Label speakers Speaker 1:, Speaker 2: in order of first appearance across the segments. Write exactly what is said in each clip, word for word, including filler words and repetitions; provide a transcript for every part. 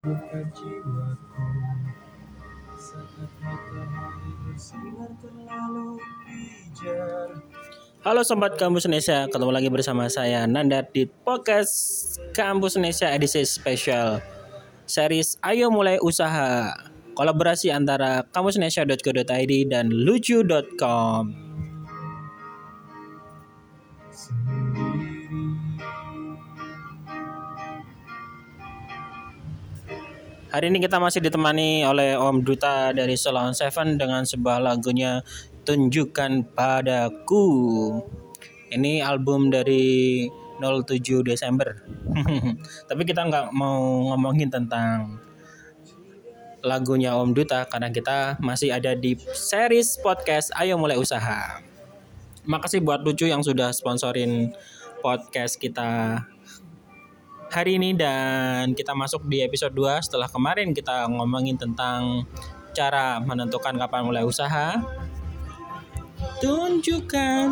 Speaker 1: Buka jiwaku saat matahari bersinar terlalu pijar. Halo Sobat Kampus Indonesia, ketemu lagi bersama saya Nandar di podcast Kampus Indonesia edisi spesial series Ayo Mulai Usaha, kolaborasi antara kampus indonesia dot co dot i d dan lucu dot com. Hari ini kita masih ditemani oleh Om Duta dari Salon Seven dengan sebuah lagunya Tunjukkan Padaku. Ini album dari nol tujuh Desember. Tapi kita nggak mau ngomongin tentang lagunya Om Duta karena kita masih ada di series podcast Ayo Mulai Usaha. Makasih buat Lucu yang sudah sponsorin podcast kita hari ini, dan kita masuk di episode dua. Setelah kemarin kita ngomongin tentang cara menentukan kapan mulai usaha, tunjukkan.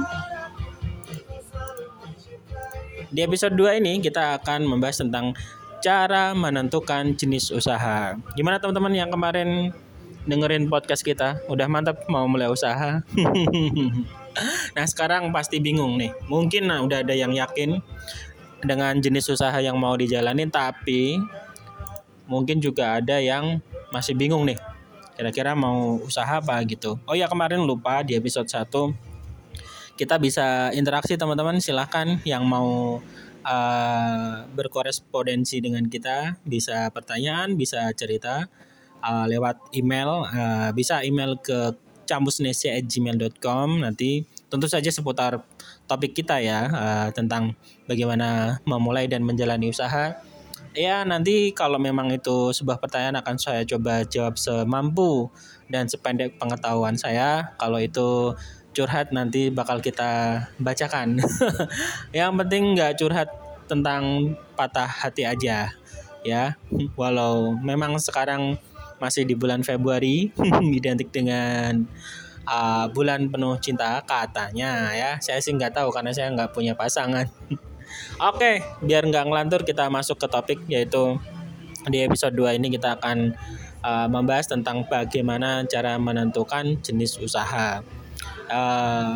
Speaker 1: Di episode dua ini kita akan membahas tentang cara menentukan jenis usaha. Gimana teman-teman yang kemarin dengerin podcast kita? Udah mantap mau mulai usaha? Nah sekarang pasti bingung nih. Mungkin nah, udah ada yang yakin dengan jenis usaha yang mau dijalanin, tapi mungkin juga ada yang masih bingung nih, kira-kira mau usaha apa gitu. Oh ya, kemarin lupa di episode satu kita bisa interaksi teman-teman. Silahkan yang mau uh, berkorespondensi dengan kita, bisa pertanyaan, bisa cerita uh, lewat email, uh, bisa email ke campusnesia at gmail dot com. Nanti tentu saja seputar topik kita ya, uh, tentang bagaimana memulai dan menjalani usaha. Ya nanti kalau memang itu sebuah pertanyaan akan saya coba jawab semampu dan sependek pengetahuan saya. Kalau itu curhat nanti bakal kita bacakan. Yang penting nggak curhat tentang patah hati aja ya. Walau memang sekarang masih di bulan Februari identik dengan uh, bulan penuh cinta katanya ya. Saya sih nggak tahu karena saya nggak punya pasangan. Oke, biar nggak ngelantur kita masuk ke topik, yaitu di episode dua ini kita akan uh, membahas tentang bagaimana cara menentukan jenis usaha. Uh,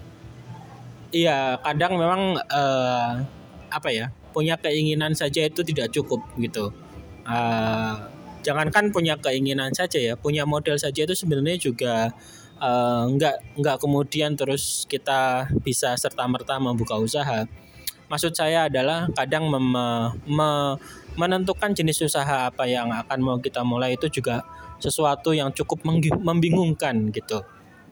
Speaker 1: iya, kadang memang uh, apa ya, punya keinginan saja itu tidak cukup gitu. Uh, jangankan punya keinginan saja ya, punya modal saja itu sebenarnya juga uh, nggak nggak kemudian terus kita bisa serta merta membuka usaha. Maksud saya adalah kadang mem- me- menentukan jenis usaha apa yang akan mau kita mulai itu juga sesuatu yang cukup menggi- membingungkan gitu.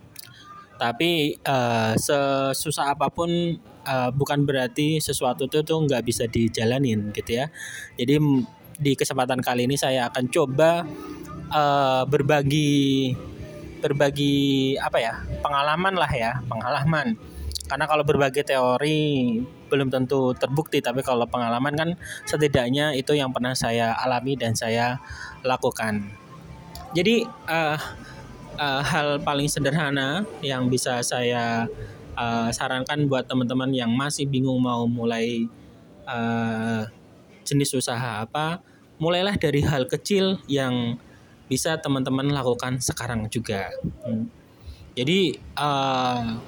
Speaker 1: Tapi uh, sesusah apapun uh, bukan berarti sesuatu itu tuh nggak bisa dijalanin gitu ya. Jadi m- di kesempatan kali ini saya akan coba uh, berbagi berbagi apa ya, pengalaman lah ya, pengalaman. Karena kalau berbagai teori belum tentu terbukti, tapi kalau pengalaman kan setidaknya itu yang pernah saya alami dan saya lakukan. Jadi uh, uh, hal paling sederhana yang bisa saya uh, sarankan buat teman-teman yang masih bingung mau mulai uh, jenis usaha apa, mulailah dari hal kecil yang bisa teman-teman lakukan sekarang juga. Hmm. Jadi uh,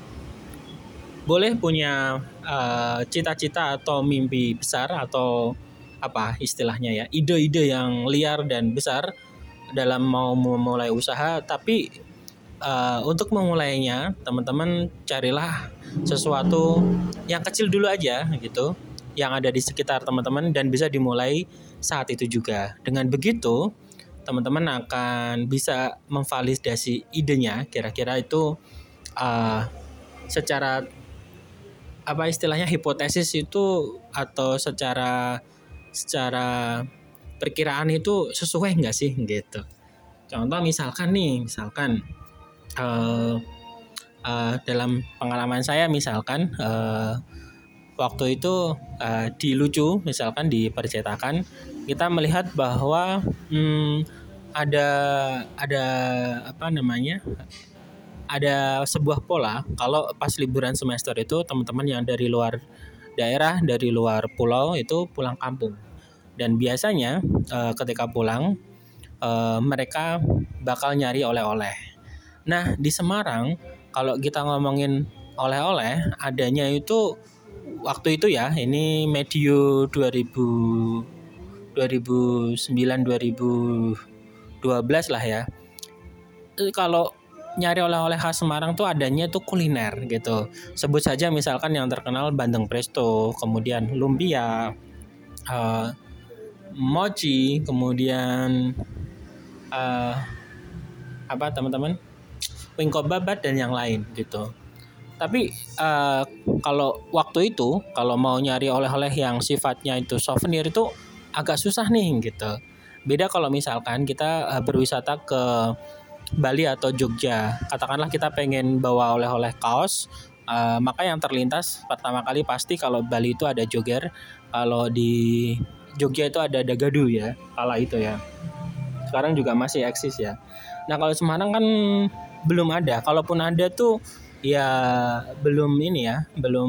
Speaker 1: boleh punya uh, cita-cita atau mimpi besar atau apa istilahnya ya, ide-ide yang liar dan besar dalam mau memulai usaha, tapi uh, untuk memulainya teman-teman carilah sesuatu yang kecil dulu aja gitu, yang ada di sekitar teman-teman dan bisa dimulai saat itu juga. Dengan begitu teman-teman akan bisa memvalidasi idenya, kira-kira itu uh, secara apa istilahnya, hipotesis itu atau secara secara perkiraan itu sesuai nggak sih gitu. Contoh misalkan nih, misalkan uh, uh, dalam pengalaman saya misalkan uh, waktu itu uh, di Lucu misalkan di percetakan kita melihat bahwa hmm, ada ada apa namanya, ada sebuah pola kalau pas liburan semester itu teman-teman yang dari luar daerah, dari luar pulau itu pulang kampung. Dan biasanya uh, ketika pulang uh, mereka bakal nyari oleh-oleh. Nah di Semarang kalau kita ngomongin oleh-oleh adanya itu waktu itu ya, ini medio dua ribu dua ribu sembilan dua ribu dua belas lah ya. Kalau nyari oleh-oleh khas Semarang tuh adanya tuh kuliner gitu. Sebut saja misalkan yang terkenal bandeng presto, kemudian lumpia, uh, mochi, kemudian uh, apa teman-teman, wingko babat dan yang lain gitu. Tapi uh, kalau waktu itu kalau mau nyari oleh-oleh yang sifatnya itu souvenir itu agak susah nih gitu. Beda kalau misalkan kita uh, berwisata ke Bali atau Jogja, katakanlah kita pengen bawa oleh-oleh kaos, uh, maka yang terlintas pertama kali pasti kalau Bali itu ada joger, kalau di Jogja itu ada dagadu ya, kala itu ya. Sekarang juga masih eksis ya. Nah kalau Semarang kan belum ada, kalaupun ada tuh ya belum ini ya, belum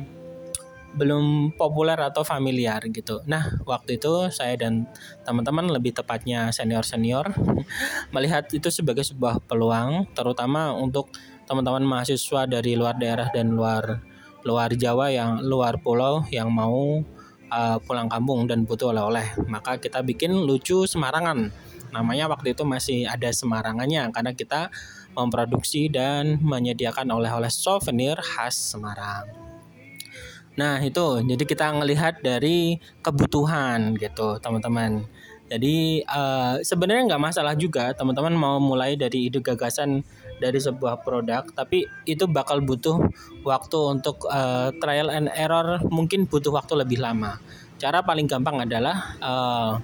Speaker 1: belum populer atau familiar gitu. Nah waktu itu saya dan teman-teman, lebih tepatnya senior-senior, melihat itu sebagai sebuah peluang, terutama untuk teman-teman mahasiswa dari luar daerah dan luar luar Jawa, yang luar pulau yang mau uh, pulang kampung dan butuh oleh-oleh. Maka kita bikin lucu Semarangan. Namanya waktu itu masih ada Semarangannya karena kita memproduksi dan menyediakan oleh-oleh souvenir khas Semarang. Nah itu, jadi kita ngelihat dari kebutuhan gitu teman-teman. Jadi uh, sebenarnya nggak masalah juga teman-teman mau mulai dari ide gagasan dari sebuah produk, tapi itu bakal butuh waktu untuk uh, trial and error, mungkin butuh waktu lebih lama. Cara paling gampang adalah uh,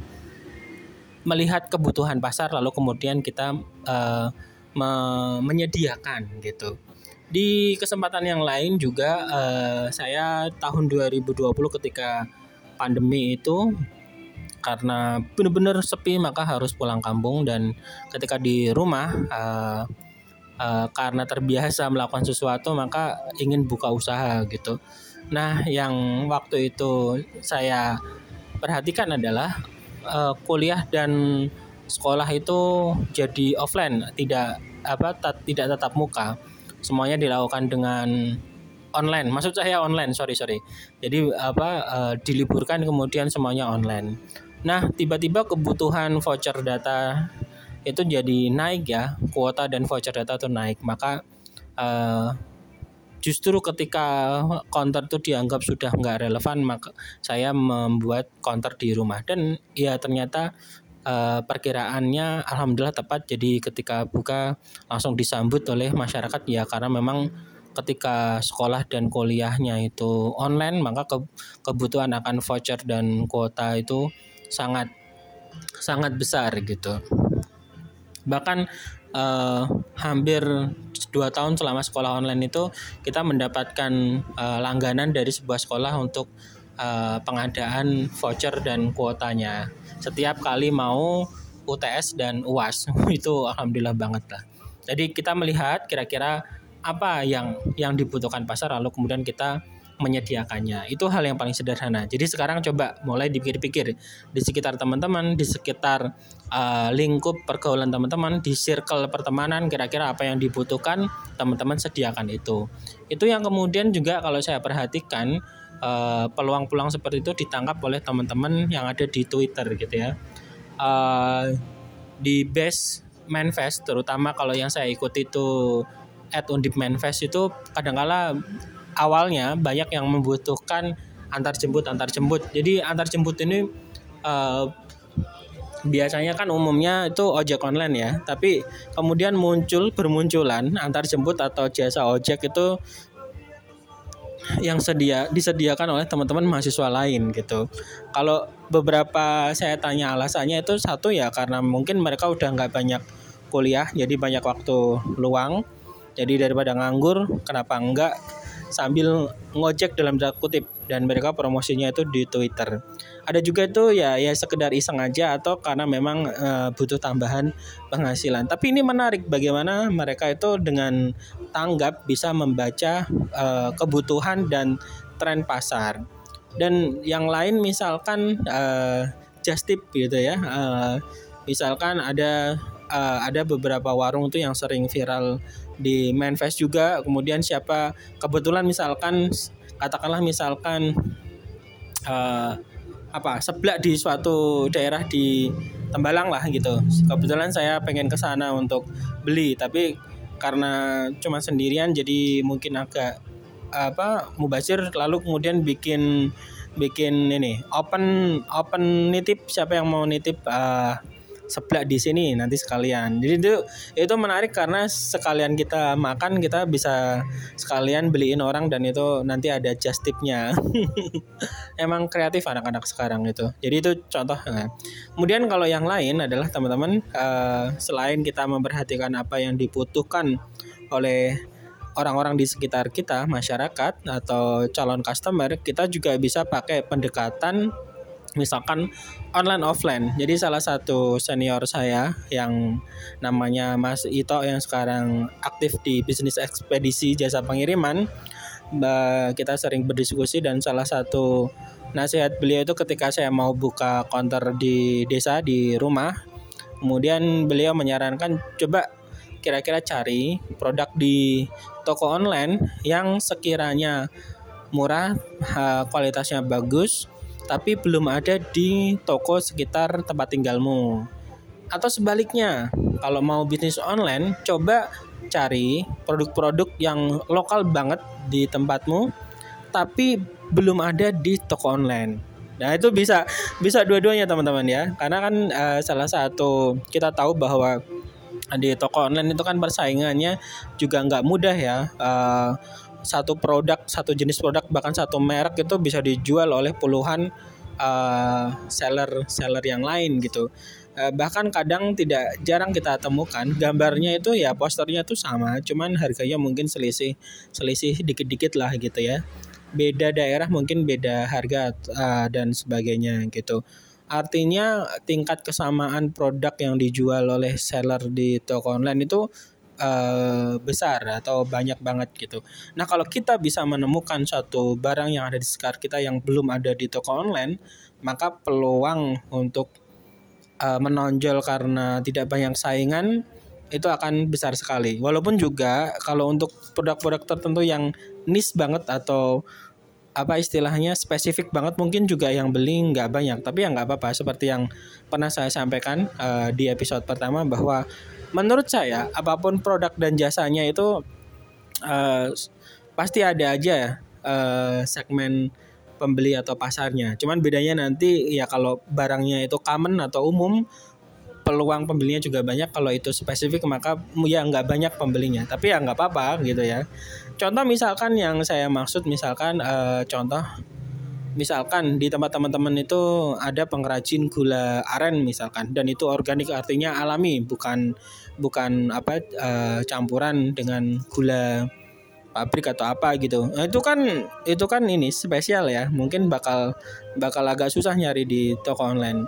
Speaker 1: melihat kebutuhan pasar, lalu kemudian kita uh, me- menyediakan gitu. Di kesempatan yang lain juga uh, saya tahun dua ribu dua puluh ketika pandemi itu, karena benar-benar sepi maka harus pulang kampung, dan ketika di rumah uh, uh, karena terbiasa melakukan sesuatu maka ingin buka usaha gitu. Nah yang waktu itu saya perhatikan adalah uh, kuliah dan sekolah itu jadi offline, tidak apa tat, tidak tatap muka. Semuanya dilakukan dengan online. Maksud saya online, sorry sorry. Jadi apa uh, diliburkan kemudian semuanya online. Nah, tiba-tiba kebutuhan voucher data itu jadi naik ya, kuota dan voucher data itu naik. Maka uh, justru ketika counter itu dianggap sudah nggak relevan, maka saya membuat counter di rumah, dan ya ternyata Uh, perkiraannya alhamdulillah tepat. Jadi ketika buka langsung disambut oleh masyarakat ya, karena memang ketika sekolah dan kuliahnya itu online, maka ke, kebutuhan akan voucher dan kuota itu sangat sangat besar gitu. Bahkan uh, hampir dua tahun selama sekolah online itu kita mendapatkan uh, langganan dari sebuah sekolah untuk uh, pengadaan voucher dan kuotanya setiap kali mau U T S dan U A S. Itu alhamdulillah banget lah. Jadi kita melihat kira-kira apa yang yang dibutuhkan pasar, lalu kemudian kita menyediakannya. Itu hal yang paling sederhana. Jadi sekarang coba mulai dipikir-pikir di sekitar teman-teman, di sekitar uh, lingkup pergaulan teman-teman, di circle pertemanan, kira-kira apa yang dibutuhkan, teman-teman sediakan itu. Itu yang kemudian juga kalau saya perhatikan Uh, peluang-peluang seperti itu ditangkap oleh teman-teman yang ada di Twitter gitu ya. Uh, di Base Manfest, terutama kalau yang saya ikuti itu at Undip Manfest, itu kadangkala awalnya banyak yang membutuhkan antar jemput antar jemput. Jadi antar jemput ini uh, biasanya kan umumnya itu ojek online ya, tapi kemudian muncul bermunculan antar jemput atau jasa ojek itu yang sedia disediakan oleh teman-teman mahasiswa lain gitu. Kalau beberapa saya tanya alasannya itu, satu ya karena mungkin mereka udah nggak banyak kuliah, jadi banyak waktu luang. Jadi daripada nganggur, kenapa enggak sambil ngojek dalam tanda kutip, dan mereka promosinya itu di Twitter. Ada juga itu ya ya sekedar iseng aja atau karena memang e, butuh tambahan penghasilan. Tapi ini menarik bagaimana mereka itu dengan tanggap bisa membaca e, kebutuhan dan tren pasar. Dan yang lain misalkan e, just tip gitu ya. Uh, misalkan ada uh, ada beberapa warung tuh yang sering viral di Manifest juga. Kemudian siapa kebetulan misalkan katakanlah misalkan uh, apa seblak di suatu daerah di Tembalang lah gitu. Kebetulan saya pengen ke sana untuk beli, tapi karena cuma sendirian jadi mungkin agak apa mubazir, lalu kemudian bikin bikin ini open open nitip, siapa yang mau nitip uh, seblak di sini nanti sekalian. Jadi itu itu menarik karena sekalian kita makan kita bisa sekalian beliin orang dan itu nanti ada just tipnya. Emang kreatif anak-anak sekarang itu. Jadi itu contoh. Nah. Kemudian kalau yang lain adalah teman-teman uh, selain kita memperhatikan apa yang dibutuhkan oleh orang-orang di sekitar kita, masyarakat atau calon customer, kita juga bisa pakai pendekatan misalkan online offline. Jadi salah satu senior saya yang namanya Mas Ito yang sekarang aktif di bisnis ekspedisi jasa pengiriman, kita sering berdiskusi dan salah satu nasihat beliau itu ketika saya mau buka counter di desa di rumah, kemudian beliau menyarankan coba kira-kira cari produk di toko online yang sekiranya murah, kualitasnya bagus, tapi belum ada di toko sekitar tempat tinggalmu. Atau sebaliknya, kalau mau bisnis online, coba cari produk-produk yang lokal banget di tempatmu, tapi belum ada di toko online. Nah itu bisa bisa dua-duanya teman-teman ya, karena kan uh, salah satu kita tahu bahwa di toko online itu kan persaingannya juga nggak mudah ya. Uh, satu produk, satu jenis produk bahkan satu merek itu bisa dijual oleh puluhan uh, seller seller yang lain gitu. Uh, bahkan kadang tidak jarang kita temukan gambarnya itu ya posternya tuh sama, cuman harganya mungkin selisih selisih dikit-dikit lah gitu ya. Beda daerah mungkin beda harga uh, dan sebagainya gitu. Artinya tingkat kesamaan produk yang dijual oleh seller di toko online itu Uh, besar atau banyak banget gitu. Nah kalau kita bisa menemukan suatu barang yang ada di sekitar kita yang belum ada di toko online, maka peluang untuk uh, menonjol karena tidak banyak saingan itu akan besar sekali. Walaupun juga kalau untuk produk-produk tertentu yang niche banget atau apa istilahnya spesifik banget mungkin juga yang beli nggak banyak, tapi ya nggak apa-apa. Seperti yang pernah saya sampaikan uh, di episode pertama bahwa menurut saya apapun produk dan jasanya itu uh, pasti ada aja uh, segmen pembeli atau pasarnya. Cuman bedanya nanti ya kalau barangnya itu common atau umum, peluang pembelinya juga banyak. Kalau itu spesifik maka ya nggak banyak pembelinya. Tapi ya nggak apa-apa gitu ya. Contoh misalkan yang saya maksud misalkan uh, contoh misalkan di tempat teman-teman itu ada pengrajin gula aren misalkan, dan itu organik artinya alami, bukan bukan apa uh, campuran dengan gula pabrik atau apa gitu. Nah, itu kan itu kan ini spesial ya, mungkin bakal bakal agak susah nyari di toko online.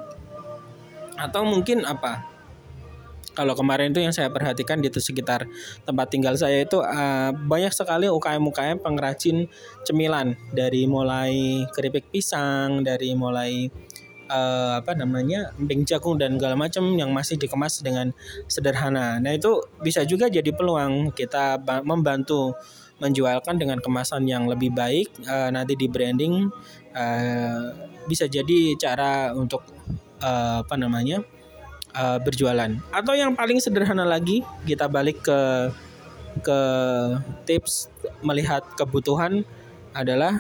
Speaker 1: Atau mungkin apa? Kalau kemarin itu yang saya perhatikan di sekitar tempat tinggal saya itu uh, banyak sekali U K M U K M pengrajin cemilan, dari mulai keripik pisang, dari mulai uh, apa namanya emping jagung dan segala macam yang masih dikemas dengan sederhana. Nah itu bisa juga jadi peluang kita membantu menjualkan dengan kemasan yang lebih baik, uh, nanti di branding, uh, bisa jadi cara untuk uh, apa namanya Uh, berjualan. Atau yang paling sederhana lagi, kita balik ke ke tips melihat kebutuhan adalah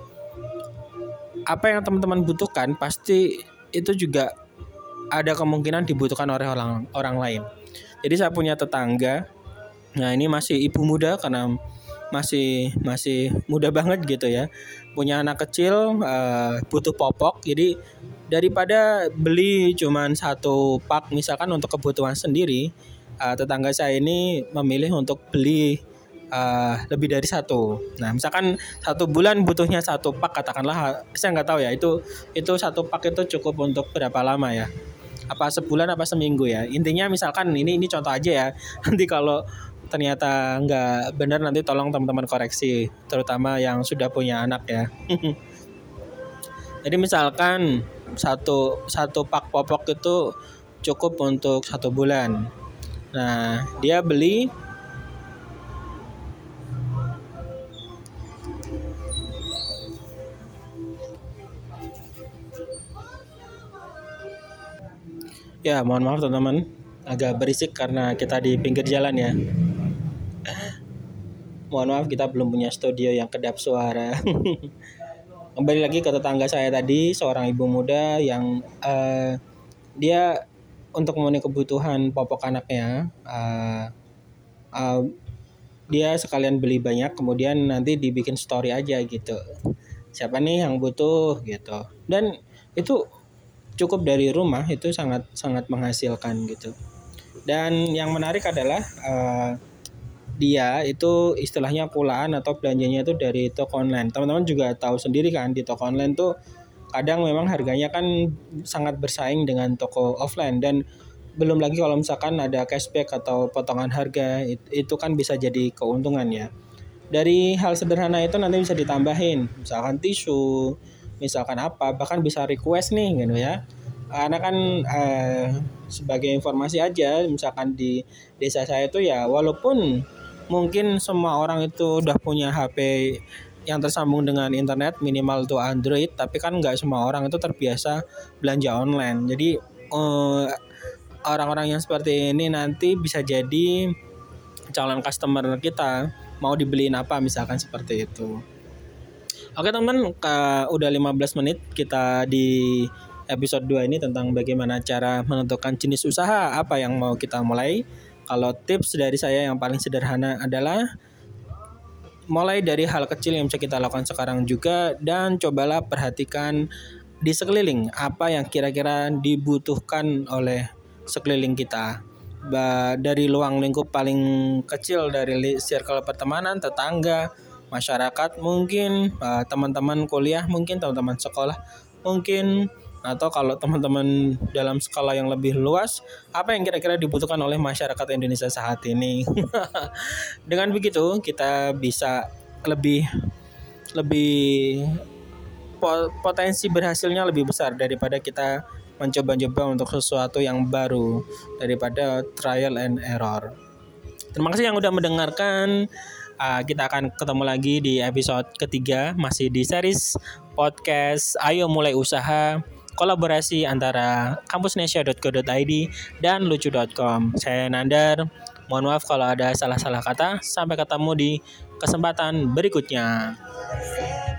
Speaker 1: apa yang teman-teman butuhkan pasti itu juga ada kemungkinan dibutuhkan oleh orang orang lain. Jadi saya punya tetangga, nah ini masih ibu muda karena masih masih muda banget gitu ya, punya anak kecil, uh, butuh popok. Jadi daripada beli cuman satu pak misalkan untuk kebutuhan sendiri, uh, tetangga saya ini memilih untuk beli uh, lebih dari satu. Nah misalkan satu bulan butuhnya satu pak katakanlah, saya nggak tahu ya itu itu satu pak itu cukup untuk berapa lama ya, apa sebulan apa seminggu ya. Intinya misalkan ini ini contoh aja ya, nanti kalau ternyata nggak benar nanti tolong teman-teman koreksi, terutama yang sudah punya anak ya. Jadi misalkan satu satu pak popok itu cukup untuk satu bulan. Nah, dia beli ya, mohon maaf teman-teman, agak berisik karena kita di pinggir jalan ya. Mohon maaf, kita belum punya studio yang kedap suara. Kembali lagi ke tetangga saya tadi, seorang ibu muda yang uh, dia untuk memenuhi kebutuhan popok anaknya, uh, uh, dia sekalian beli banyak, kemudian nanti dibikin story aja gitu. Siapa nih yang butuh gitu. Dan itu cukup dari rumah, itu sangat sangat menghasilkan gitu. Dan yang menarik adalah uh, dia itu istilahnya pulaan atau belanjanya itu dari toko online. Teman-teman juga tahu sendiri kan, di toko online tuh kadang memang harganya kan sangat bersaing dengan toko offline, dan belum lagi kalau misalkan ada cashback atau potongan harga, itu kan bisa jadi keuntungan ya. Dari hal sederhana itu nanti bisa ditambahin, misalkan tisu, misalkan apa, bahkan bisa request nih gitu ya. Karena kan eh, sebagai informasi aja, misalkan di desa saya itu ya, walaupun mungkin semua orang itu udah punya H P yang tersambung dengan internet, minimal tuh Android, tapi kan nggak semua orang itu terbiasa belanja online. Jadi eh, orang-orang yang seperti ini nanti bisa jadi calon customer kita, mau dibeliin apa misalkan seperti itu. Oke teman-teman, udah lima belas menit kita di episode dua ini tentang bagaimana cara menentukan jenis usaha apa yang mau kita mulai. Kalau tips dari saya yang paling sederhana adalah mulai dari hal kecil yang bisa kita lakukan sekarang juga, dan cobalah perhatikan di sekeliling apa yang kira-kira dibutuhkan oleh sekeliling kita. Ba- dari luang lingkup paling kecil, dari circle pertemanan, tetangga, masyarakat mungkin, uh, teman-teman kuliah mungkin, teman-teman sekolah mungkin, atau kalau teman-teman dalam skala yang lebih luas, apa yang kira-kira dibutuhkan oleh masyarakat Indonesia saat ini. Dengan begitu kita bisa lebih lebih potensi berhasilnya lebih besar daripada kita mencoba-coba untuk sesuatu yang baru, daripada trial and error. Terima kasih yang udah mendengarkan. Uh, kita akan ketemu lagi di episode ketiga, masih di series podcast Ayo Mulai Usaha, kolaborasi antara kampusnesia dot co dot i d dan lucu dot com. Saya Nandar. Mohon maaf kalau ada salah-salah kata. Sampai ketemu di kesempatan berikutnya.